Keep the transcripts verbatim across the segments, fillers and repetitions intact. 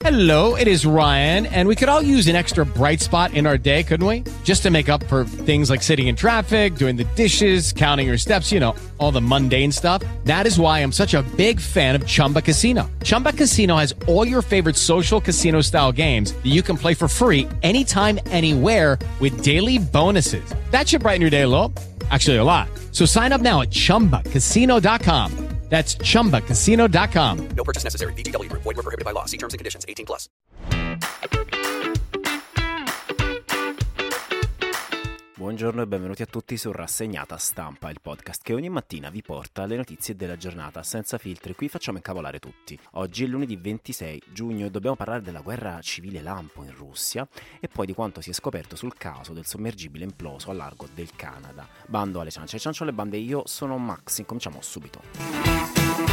Hello, it is Ryan, and we could all use an extra bright spot in our day, couldn't we? Just to make up for things like sitting in traffic, doing the dishes, counting your steps, you know, all the mundane stuff. That is why I'm such a big fan of Chumba Casino. Chumba Casino has all your favorite social casino-style games that you can play for free anytime, anywhere with daily bonuses. That should brighten your day a little. Actually, a lot. So sign up now at chumba casino dot com. That's chumba casino dot com. No purchase necessary. V G W Group. Void where prohibited by law. See terms and conditions. eighteen plus. Buongiorno e benvenuti a tutti su Rassegnata Stampa, il podcast che ogni mattina vi porta le notizie della giornata senza filtri. Qui facciamo incavolare tutti. Oggi è lunedì ventisei giugno e dobbiamo parlare della guerra civile lampo in Russia e poi di quanto si è scoperto sul caso del sommergibile imploso a largo del Canada. Bando alle ciance e cianciole bande, io sono Max, incominciamo subito.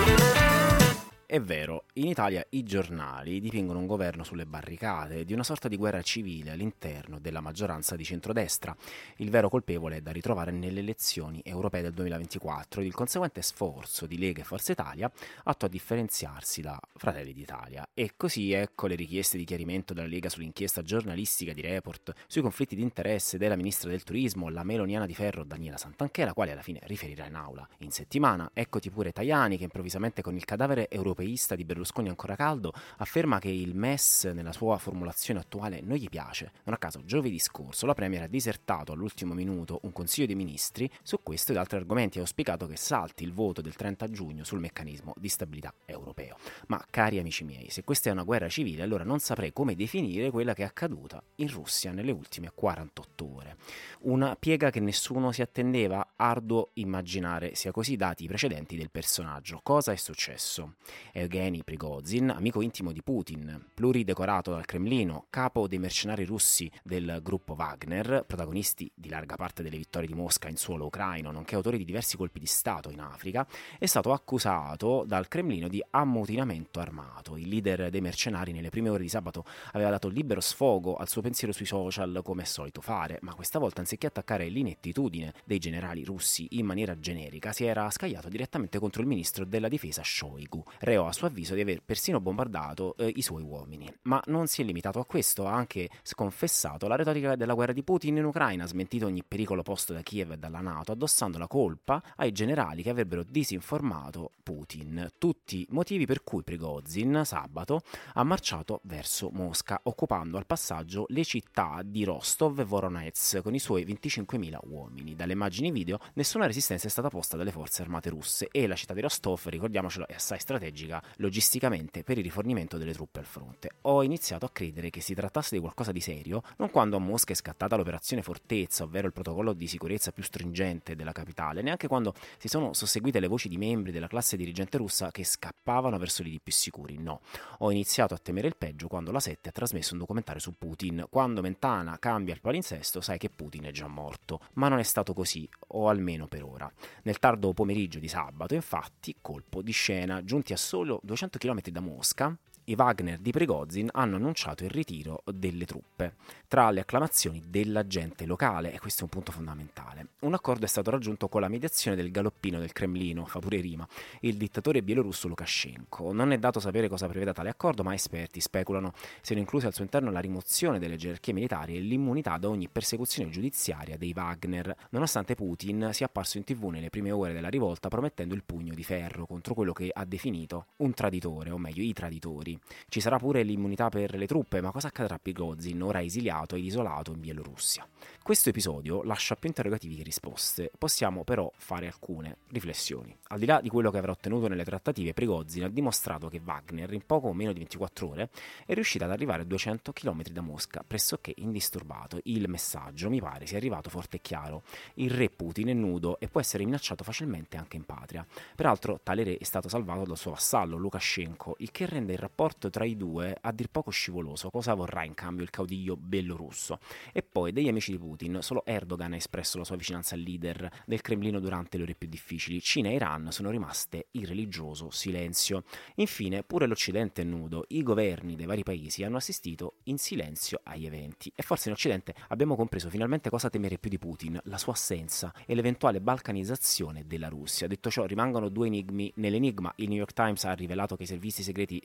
È vero, in Italia i giornali dipingono un governo sulle barricate di una sorta di guerra civile all'interno della maggioranza di centrodestra. Il vero colpevole è da ritrovare nelle elezioni europee del duemilaventiquattro ed il conseguente sforzo di Lega e Forza Italia atto a differenziarsi da Fratelli d'Italia. E così ecco le richieste di chiarimento della Lega sull'inchiesta giornalistica di Report sui conflitti di interesse della ministra del turismo, la meloniana di ferro Daniela Santanchè, la quale alla fine riferirà in aula in settimana. Eccoti pure Tajani che improvvisamente con il cadavere europeo di Berlusconi ancora caldo afferma che il M E S nella sua formulazione attuale non gli piace. Non a caso giovedì scorso la Premier ha disertato all'ultimo minuto un Consiglio dei Ministri su questo ed altri argomenti e ha auspicato che salti il voto del trenta giugno sul meccanismo di stabilità europeo. Ma cari amici miei, se questa è una guerra civile allora non saprei come definire quella che è accaduta in Russia nelle ultime quarantotto ore. Una piega che nessuno si attendeva, arduo immaginare sia così dati i precedenti del personaggio. Cosa è successo? Evgeny Prigozhin, amico intimo di Putin, pluridecorato dal Cremlino, capo dei mercenari russi del gruppo Wagner, protagonisti di larga parte delle vittorie di Mosca in suolo ucraino, nonché autori di diversi colpi di Stato in Africa, è stato accusato dal Cremlino di ammutinamento armato. Il leader dei mercenari nelle prime ore di sabato aveva dato libero sfogo al suo pensiero sui social come è solito fare, ma questa volta anziché attaccare l'inettitudine dei generali russi in maniera generica si era scagliato direttamente contro il ministro della difesa Shoigu, reo a suo avviso di aver persino bombardato eh, i suoi uomini. Ma non si è limitato a questo, ha anche sconfessato la retorica della guerra di Putin in Ucraina, smentito ogni pericolo posto da Kiev e dalla NATO, addossando la colpa ai generali che avrebbero disinformato Putin. Tutti motivi per cui Prigozhin sabato ha marciato verso Mosca, occupando al passaggio le città di Rostov e Voronezh con i suoi venticinquemila uomini. Dalle immagini video nessuna resistenza è stata posta dalle forze armate russe e la città di Rostov, ricordiamocelo, è assai strategica logisticamente per il rifornimento delle truppe al fronte. Ho iniziato a credere che si trattasse di qualcosa di serio non quando a Mosca è scattata l'operazione Fortezza, ovvero il protocollo di sicurezza più stringente della capitale, neanche quando si sono susseguite le voci di membri della classe dirigente russa che scappavano verso lidi più sicuri. No, ho iniziato a temere il peggio quando la sette ha trasmesso un documentario su Putin. Quando Mentana cambia il palinsesto sai che Putin è già morto, ma non è stato così, o almeno per ora. Nel tardo pomeriggio di sabato, infatti, colpo di scena, giunti a solo duecento chilometri da Mosca, i Wagner di Prigozhin hanno annunciato il ritiro delle truppe, tra le acclamazioni della gente locale, e questo è un punto fondamentale. Un accordo è stato raggiunto con la mediazione del galoppino del Cremlino, fa pure rima, il dittatore bielorusso Lukashenko. Non è dato sapere cosa preveda tale accordo, ma esperti speculano siano incluse al suo interno la rimozione delle gerarchie militari e l'immunità da ogni persecuzione giudiziaria dei Wagner, nonostante Putin sia apparso in tv nelle prime ore della rivolta promettendo il pugno di ferro contro quello che ha definito un traditore, o meglio i traditori. Ci sarà pure l'immunità per le truppe, ma cosa accadrà a Prigozhin, ora esiliato ed isolato in Bielorussia? Questo episodio lascia più interrogativi che risposte. Possiamo però fare alcune riflessioni. Al di là di quello che avrà ottenuto nelle trattative, Prigozhin ha dimostrato che Wagner in poco meno di ventiquattro ore è riuscita ad arrivare a duecento chilometri da Mosca, pressoché indisturbato. Il messaggio, mi pare, sia arrivato forte e chiaro. Il re Putin è nudo e può essere minacciato facilmente anche in patria. Peraltro tale re è stato salvato dal suo vassallo Lukashenko, il che rende il rapporto tra i due a dir poco scivoloso. Cosa vorrà in cambio il caudillo bellorusso? E poi degli amici di Putin solo Erdogan ha espresso la sua vicinanza al leader del Cremlino durante le ore più difficili. Cina e Iran sono rimaste in religioso silenzio. Infine pure l'Occidente è nudo, i governi dei vari paesi hanno assistito in silenzio agli eventi e forse in Occidente abbiamo compreso finalmente cosa temere più di Putin, la sua assenza e l'eventuale balcanizzazione della Russia. Detto ciò, rimangono due enigmi nell'enigma. Il New York Times ha rivelato che i servizi segreti statunitensi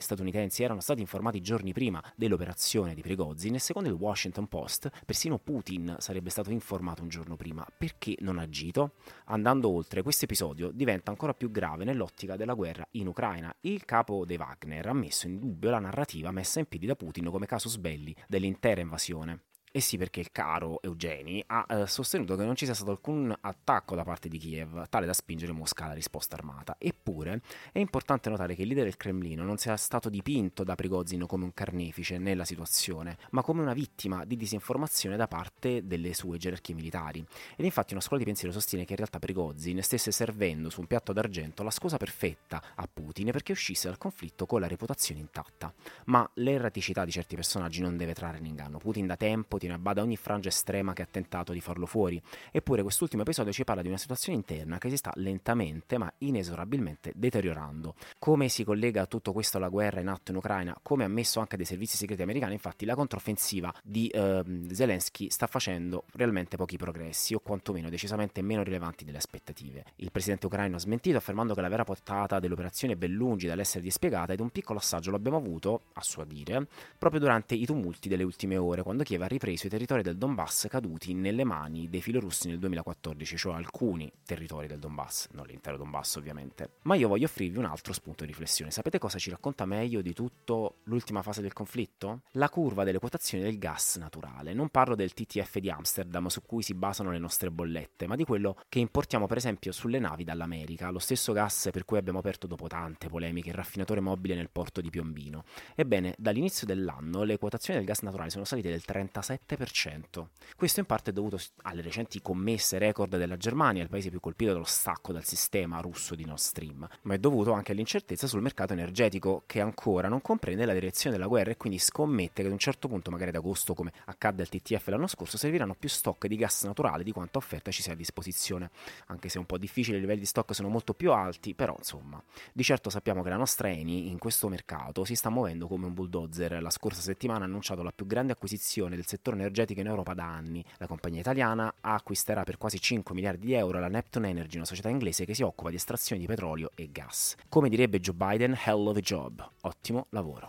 statunitensi erano stati informati giorni prima dell'operazione di Prigozhin, e secondo il Washington Post persino Putin sarebbe stato informato un giorno prima. Perché non ha agito? Andando oltre, questo episodio diventa ancora più grave nell'ottica della guerra in Ucraina. Il capo dei Wagner ha messo in dubbio la narrativa messa in piedi da Putin come casus belli dell'intera invasione. E sì, perché il caro Eugeni ha eh, sostenuto che non ci sia stato alcun attacco da parte di Kiev, tale da spingere Mosca alla risposta armata. Eppure è importante notare che il leader del Cremlino non sia stato dipinto da Prigozhin come un carnefice nella situazione, ma come una vittima di disinformazione da parte delle sue gerarchie militari. Ed infatti una scuola di pensiero sostiene che in realtà Prigozhin stesse servendo su un piatto d'argento la scusa perfetta a Putin perché uscisse dal conflitto con la reputazione intatta. Ma l'erraticità di certi personaggi non deve trarre in inganno. Putin da tempo tiene a bada ogni frangia estrema che ha tentato di farlo fuori, eppure quest'ultimo episodio ci parla di una situazione interna che si sta lentamente ma inesorabilmente deteriorando. Come si collega tutto questo alla guerra in atto in Ucraina? Come ammesso anche dai servizi segreti americani, infatti la controffensiva di eh, Zelensky sta facendo realmente pochi progressi, o quantomeno decisamente meno rilevanti delle aspettative. Il presidente ucraino ha smentito, affermando che la vera portata dell'operazione è ben lungi dall'essere dispiegata, ed un piccolo assaggio lo abbiamo avuto, a suo dire, proprio durante i tumulti delle ultime ore, quando Kiev ha ripreso i territori del Donbass caduti nelle mani dei filorussi nel duemilaquattordici, cioè alcuni territori del Donbass, non l'intero Donbass ovviamente. Ma io voglio offrirvi un altro spunto di riflessione. Sapete cosa ci racconta meglio di tutto l'ultima fase del conflitto? La curva delle quotazioni del gas naturale. Non parlo del T T F di Amsterdam su cui si basano le nostre bollette, ma di quello che importiamo per esempio sulle navi dall'America, lo stesso gas per cui abbiamo aperto dopo tante polemiche il raffinatore mobile nel porto di Piombino. Ebbene, dall'inizio dell'anno le quotazioni del gas naturale sono salite del trentasette per cento. Questo in parte è dovuto alle recenti commesse record della Germania, il paese più colpito dallo stacco dal sistema russo di Nord Stream, ma è dovuto anche all'incertezza sul mercato energetico, che ancora non comprende la direzione della guerra e quindi scommette che ad un certo punto, magari ad agosto come accadde al T T F l'anno scorso, serviranno più stock di gas naturale di quanta offerta ci sia a disposizione. Anche se è un po' difficile, i livelli di stock sono molto più alti, però insomma, di certo sappiamo che la nostra Eni in questo mercato si sta muovendo come un bulldozer. La scorsa settimana ha annunciato la più grande acquisizione del settore energetico in Europa da anni. La compagnia italiana acquisterà per quasi cinque miliardi di euro la Neptune Energy, una società inglese che si occupa di estrazione di petrolio e gas. Come direbbe Joe Biden, hell of a job. Ottimo lavoro.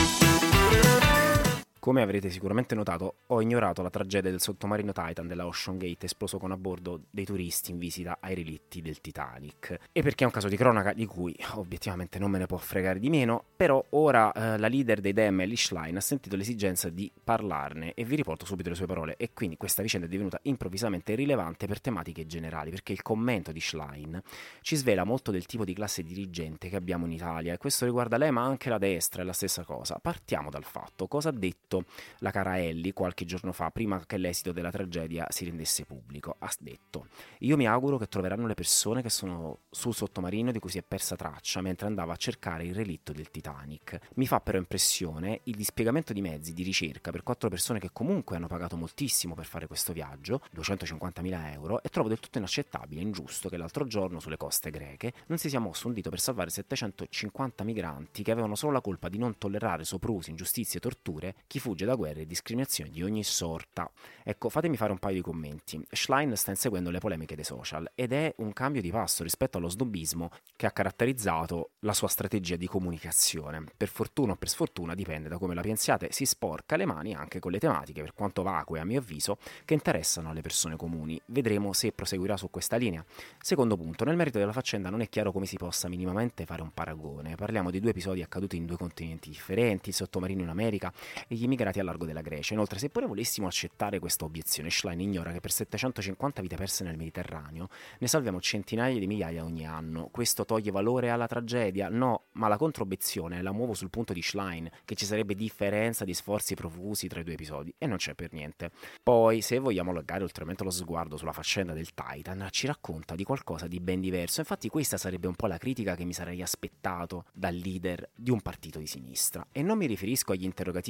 Come avrete sicuramente notato, ho ignorato la tragedia del sottomarino Titan della Ocean Gate esploso con a bordo dei turisti in visita ai relitti del Titanic. E perché è un caso di cronaca di cui obiettivamente non me ne può fregare di meno, però ora eh, la leader dei D M, Elly Schlein, ha sentito l'esigenza di parlarne e vi riporto subito le sue parole. E quindi questa vicenda è divenuta improvvisamente rilevante per tematiche generali, perché il commento di Schlein ci svela molto del tipo di classe dirigente che abbiamo in Italia, e questo riguarda lei ma anche la destra, è la stessa cosa. Partiamo dal fatto, cosa ha detto la cara Elly qualche giorno fa, prima che l'esito della tragedia si rendesse pubblico. Ha detto: io mi auguro che troveranno le persone che sono sul sottomarino di cui si è persa traccia mentre andava a cercare il relitto del Titanic. Mi fa però impressione il dispiegamento di mezzi di ricerca per quattro persone che comunque hanno pagato moltissimo per fare questo viaggio, duecentocinquantamila euro, e trovo del tutto inaccettabile e ingiusto che l'altro giorno sulle coste greche non si sia mosso un dito per salvare settecentocinquanta migranti che avevano solo la colpa di non tollerare soprusi, ingiustizie e torture chi fugge da guerre e discriminazioni di ogni sorta. Ecco, fatemi fare un paio di commenti. Schlein sta inseguendo le polemiche dei social ed è un cambio di passo rispetto allo snobismo che ha caratterizzato la sua strategia di comunicazione. Per fortuna o per sfortuna, dipende da come la pensiate, si sporca le mani anche con le tematiche, per quanto vacue a mio avviso, che interessano alle persone comuni. Vedremo se proseguirà su questa linea. Secondo punto, nel merito della faccenda non è chiaro come si possa minimamente fare un paragone. Parliamo di due episodi accaduti in due continenti differenti, il sottomarino in America e gli immigrati al largo della Grecia. Inoltre, seppure volessimo accettare questa obiezione, Schlein ignora che per settecentocinquanta vite perse nel Mediterraneo ne salviamo centinaia di migliaia ogni anno. Questo toglie valore alla tragedia? No, ma la controobiezione la muovo sul punto di Schlein, che ci sarebbe differenza di sforzi profusi tra i due episodi, e non c'è per niente. Poi, se vogliamo allargare ulteriormente lo sguardo sulla faccenda del Titan, ci racconta di qualcosa di ben diverso. Infatti questa sarebbe un po' la critica che mi sarei aspettato dal leader di un partito di sinistra, e non mi riferisco agli interrogativi aperti dal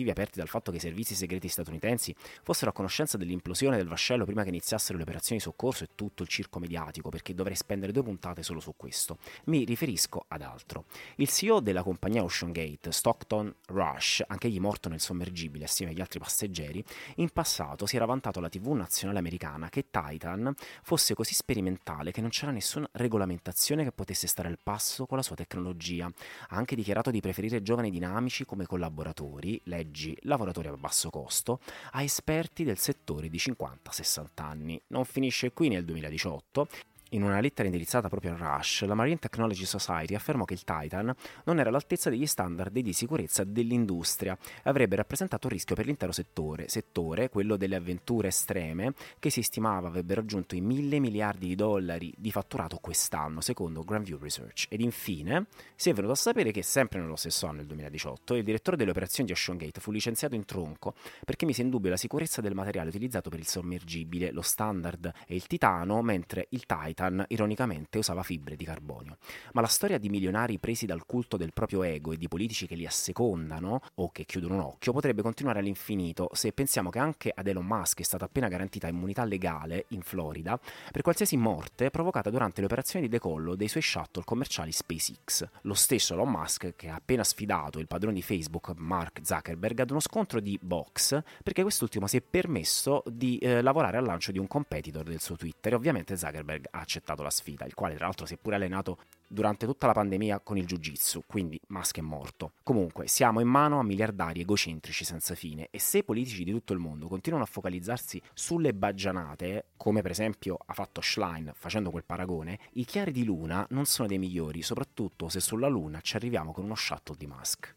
il fatto che i servizi segreti statunitensi fossero a conoscenza dell'implosione del vascello prima che iniziassero le operazioni di soccorso e tutto il circo mediatico, perché dovrei spendere due puntate solo su questo. Mi riferisco ad altro. Il C E O della compagnia OceanGate, Stockton Rush, anch'egli morto nel sommergibile assieme agli altri passeggeri, in passato si era vantato alla tivù nazionale americana che Titan fosse così sperimentale che non c'era nessuna regolamentazione che potesse stare al passo con la sua tecnologia. Ha anche dichiarato di preferire giovani dinamici come collaboratori, leggi lavoratori a basso costo, a esperti del settore di cinquanta sessanta anni. Non finisce qui nel duemiladiciotto. In una lettera indirizzata proprio a Rush, la Marine Technology Society affermò che il Titan non era all'altezza degli standard di sicurezza dell'industria e avrebbe rappresentato un rischio per l'intero settore, settore, quello delle avventure estreme, che si stimava avrebbe raggiunto i mille miliardi di dollari di fatturato quest'anno, secondo Grandview Research. Ed infine si è venuto a sapere che, sempre nello stesso anno, il duemiladiciotto, il direttore delle operazioni di OceanGate fu licenziato in tronco perché mise in dubbio la sicurezza del materiale utilizzato per il sommergibile. Lo standard è il titano, mentre il Titan ironicamente usava fibre di carbonio. Ma la storia di milionari presi dal culto del proprio ego e di politici che li assecondano o che chiudono un occhio potrebbe continuare all'infinito se pensiamo che anche ad Elon Musk è stata appena garantita immunità legale in Florida per qualsiasi morte provocata durante le operazioni di decollo dei suoi shuttle commerciali SpaceX. Lo stesso Elon Musk che ha appena sfidato il padrone di Facebook Mark Zuckerberg ad uno scontro di box perché quest'ultimo si è permesso di eh, lavorare al lancio di un competitor del suo Twitter e ovviamente Zuckerberg ha accettato la sfida, il quale tra l'altro si è pure allenato durante tutta la pandemia con il jiu-jitsu, quindi Musk è morto. Comunque siamo in mano a miliardari egocentrici senza fine e se i politici di tutto il mondo continuano a focalizzarsi sulle baggianate, come per esempio ha fatto Schlein facendo quel paragone, i chiari di luna non sono dei migliori, soprattutto se sulla luna ci arriviamo con uno shuttle di Musk.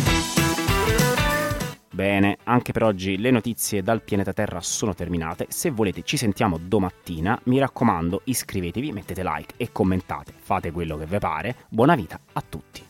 Bene, anche per oggi le notizie dal pianeta Terra sono terminate. Se volete ci sentiamo domattina. Mi raccomando, iscrivetevi, mettete like e commentate. Fate quello che vi pare. Buona vita a tutti.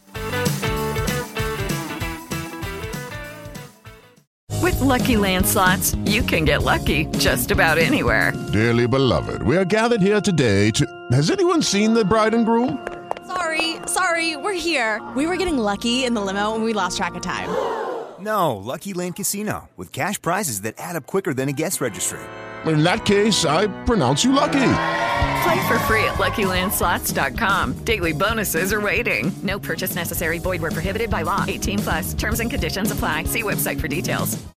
With Lucky Land Slots, you can get lucky just about anywhere. Dearly beloved, we are gathered here today to... Has anyone seen the bride and groom? Sorry, sorry, we're here. We were getting lucky in the limo and we lost track of time. No, Lucky Land Casino, with cash prizes that add up quicker than a guest registry. In that case, I pronounce you lucky. Play for free at Lucky Land Slots dot com. Daily bonuses are waiting. No purchase necessary. Void where prohibited by law. eighteen plus. Terms and conditions apply. See website for details.